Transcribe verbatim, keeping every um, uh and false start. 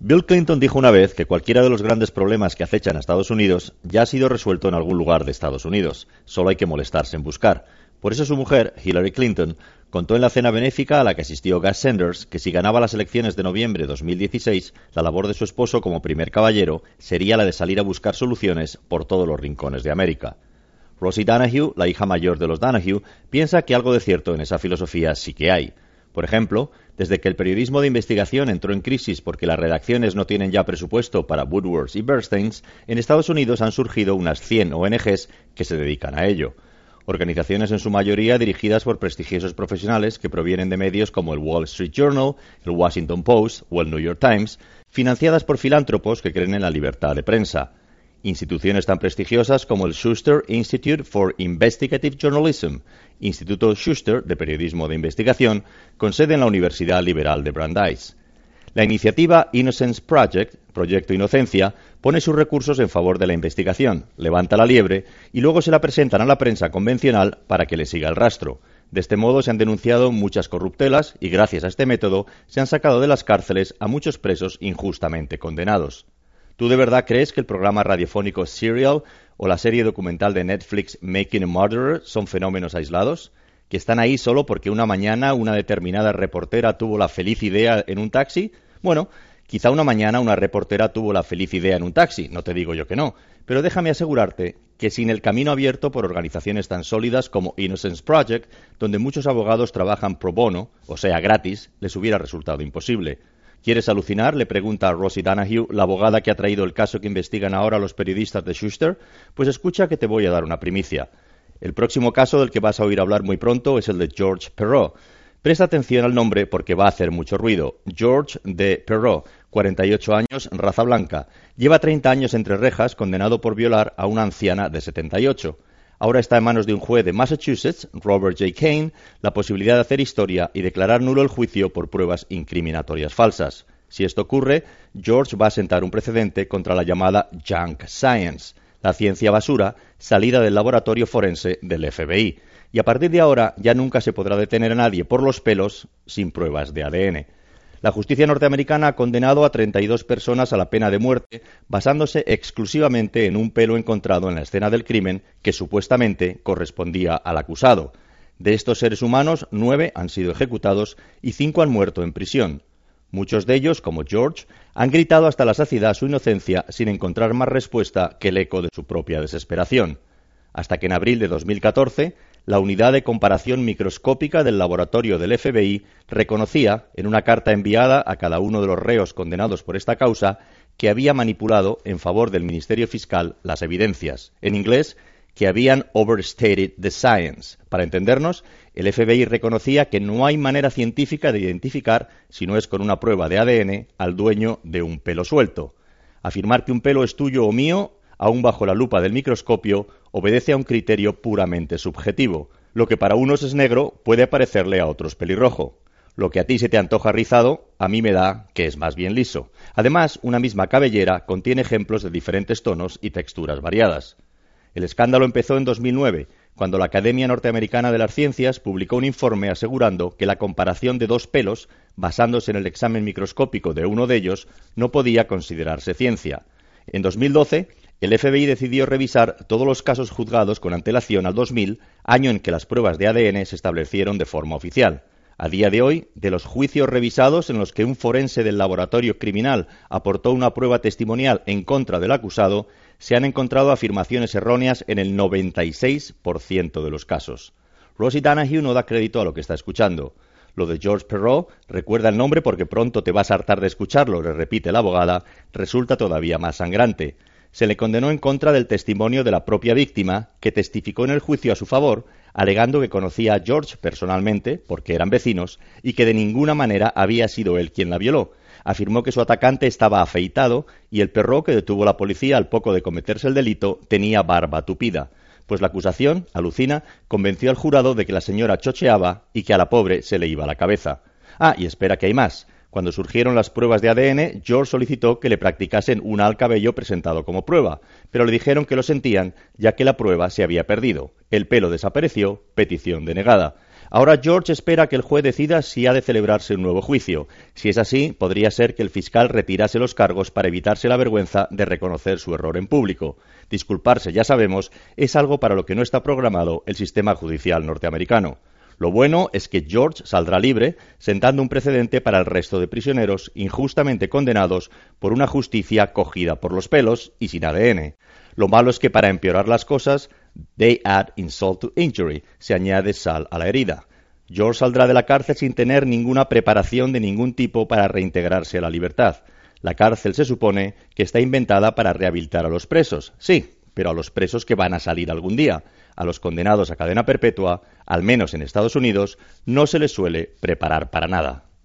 Bill Clinton dijo una vez que cualquiera de los grandes problemas que acechan a Estados Unidos ya ha sido resuelto en algún lugar de Estados Unidos. Solo hay que molestarse en buscar. Por eso su mujer, Hillary Clinton, contó en la cena benéfica a la que asistió Gus Sanders que si ganaba las elecciones de noviembre de dos mil dieciséis, la labor de su esposo como primer caballero sería la de salir a buscar soluciones por todos los rincones de América. Rosie Donahue, la hija mayor de los Donahue, piensa que algo de cierto en esa filosofía sí que hay. Por ejemplo, desde que el periodismo de investigación entró en crisis porque las redacciones no tienen ya presupuesto para Woodwards y Bernsteins, en Estados Unidos han surgido unas cien O N Ges que se dedican a ello. Organizaciones en su mayoría dirigidas por prestigiosos profesionales que provienen de medios como el Wall Street Journal, el Washington Post o el New York Times, financiadas por filántropos que creen en la libertad de prensa. Instituciones tan prestigiosas como el Schuster Institute for Investigative Journalism, Instituto Schuster de Periodismo de Investigación, con sede en la Universidad Liberal de Brandeis. La iniciativa Innocence Project, Proyecto Inocencia, pone sus recursos en favor de la investigación, levanta la liebre y luego se la presentan a la prensa convencional para que le siga el rastro. De este modo se han denunciado muchas corruptelas y gracias a este método se han sacado de las cárceles a muchos presos injustamente condenados. ¿Tú de verdad crees que el programa radiofónico Serial o la serie documental de Netflix Making a Murderer son fenómenos aislados? ¿Que están ahí solo porque una mañana una determinada reportera tuvo la feliz idea en un taxi? Bueno, quizá una mañana una reportera tuvo la feliz idea en un taxi, no te digo yo que no, pero déjame asegurarte que sin el camino abierto por organizaciones tan sólidas como Innocence Project, donde muchos abogados trabajan pro bono, o sea gratis, les hubiera resultado imposible. ¿Quieres alucinar?, le pregunta a Rosie Donahue, la abogada que ha traído el caso que investigan ahora los periodistas de Schuster. Pues escucha que te voy a dar una primicia. El próximo caso del que vas a oír hablar muy pronto es el de George Perot. Presta atención al nombre porque va a hacer mucho ruido. George de Perot, cuarenta y ocho años, raza blanca. Lleva treinta años entre rejas, condenado por violar a una anciana de setenta y ocho. Ahora está en manos de un juez de Massachusetts, Robert J. Kane, la posibilidad de hacer historia y declarar nulo el juicio por pruebas incriminatorias falsas. Si esto ocurre, George va a sentar un precedente contra la llamada junk science, la ciencia basura salida del laboratorio forense del F B I. Y a partir de ahora ya nunca se podrá detener a nadie por los pelos sin pruebas de A D N. La justicia norteamericana ha condenado a treinta y dos personas a la pena de muerte basándose exclusivamente en un pelo encontrado en la escena del crimen que supuestamente correspondía al acusado. De estos seres humanos, nueve han sido ejecutados y cinco han muerto en prisión. Muchos de ellos, como George, han gritado hasta la saciedad su inocencia sin encontrar más respuesta que el eco de su propia desesperación. Hasta que en abril de dos mil catorce, la unidad de comparación microscópica del laboratorio del F B I reconocía, en una carta enviada a cada uno de los reos condenados por esta causa, que había manipulado en favor del Ministerio Fiscal las evidencias. En inglés, que habían overstated the science. Para entendernos, el F B I reconocía que no hay manera científica de identificar, si no es con una prueba de A D N, al dueño de un pelo suelto. Afirmar que un pelo es tuyo o mío, aún bajo la lupa del microscopio, obedece a un criterio puramente subjetivo. Lo que para unos es negro puede parecerle a otros pelirrojo. Lo que a ti se te antoja rizado, a mí me da que es más bien liso. Además, una misma cabellera contiene ejemplos de diferentes tonos y texturas variadas. El escándalo empezó en dos mil nueve, cuando la Academia Norteamericana de las Ciencias publicó un informe asegurando que la comparación de dos pelos, basándose en el examen microscópico de uno de ellos, no podía considerarse ciencia. En dos mil doce, el F B I decidió revisar todos los casos juzgados con antelación al dos mil, año en que las pruebas de A D N se establecieron de forma oficial. A día de hoy, de los juicios revisados en los que un forense del laboratorio criminal aportó una prueba testimonial en contra del acusado, se han encontrado afirmaciones erróneas en el noventa y seis por ciento de los casos. Rosie Donahue no da crédito a lo que está escuchando. Lo de George Perot, recuerda el nombre porque pronto te vas a hartar de escucharlo, le repite la abogada, resulta todavía más sangrante. Se le condenó en contra del testimonio de la propia víctima, que testificó en el juicio a su favor, alegando que conocía a George personalmente, porque eran vecinos, y que de ninguna manera había sido él quien la violó. Afirmó que su atacante estaba afeitado y el Perot, que detuvo la policía al poco de cometerse el delito, tenía barba tupida. Pues la acusación, alucina, convenció al jurado de que la señora chocheaba y que a la pobre se le iba la cabeza. Ah, y espera que hay más. Cuando surgieron las pruebas de A D N, George solicitó que le practicasen una al cabello presentado como prueba, pero le dijeron que lo sentían, ya que la prueba se había perdido. El pelo desapareció, petición denegada. Ahora George espera que el juez decida si ha de celebrarse un nuevo juicio. Si es así, podría ser que el fiscal retirase los cargos para evitarse la vergüenza de reconocer su error en público. Disculparse, ya sabemos, es algo para lo que no está programado el sistema judicial norteamericano. Lo bueno es que George saldrá libre, sentando un precedente para el resto de prisioneros injustamente condenados por una justicia cogida por los pelos y sin A D N. Lo malo es que para empeorar las cosas, they add insult to injury, se añade sal a la herida. George saldrá de la cárcel sin tener ninguna preparación de ningún tipo para reintegrarse a la libertad. La cárcel se supone que está inventada para rehabilitar a los presos, sí, pero a los presos que van a salir algún día. A los condenados a cadena perpetua, al menos en Estados Unidos, no se les suele preparar para nada.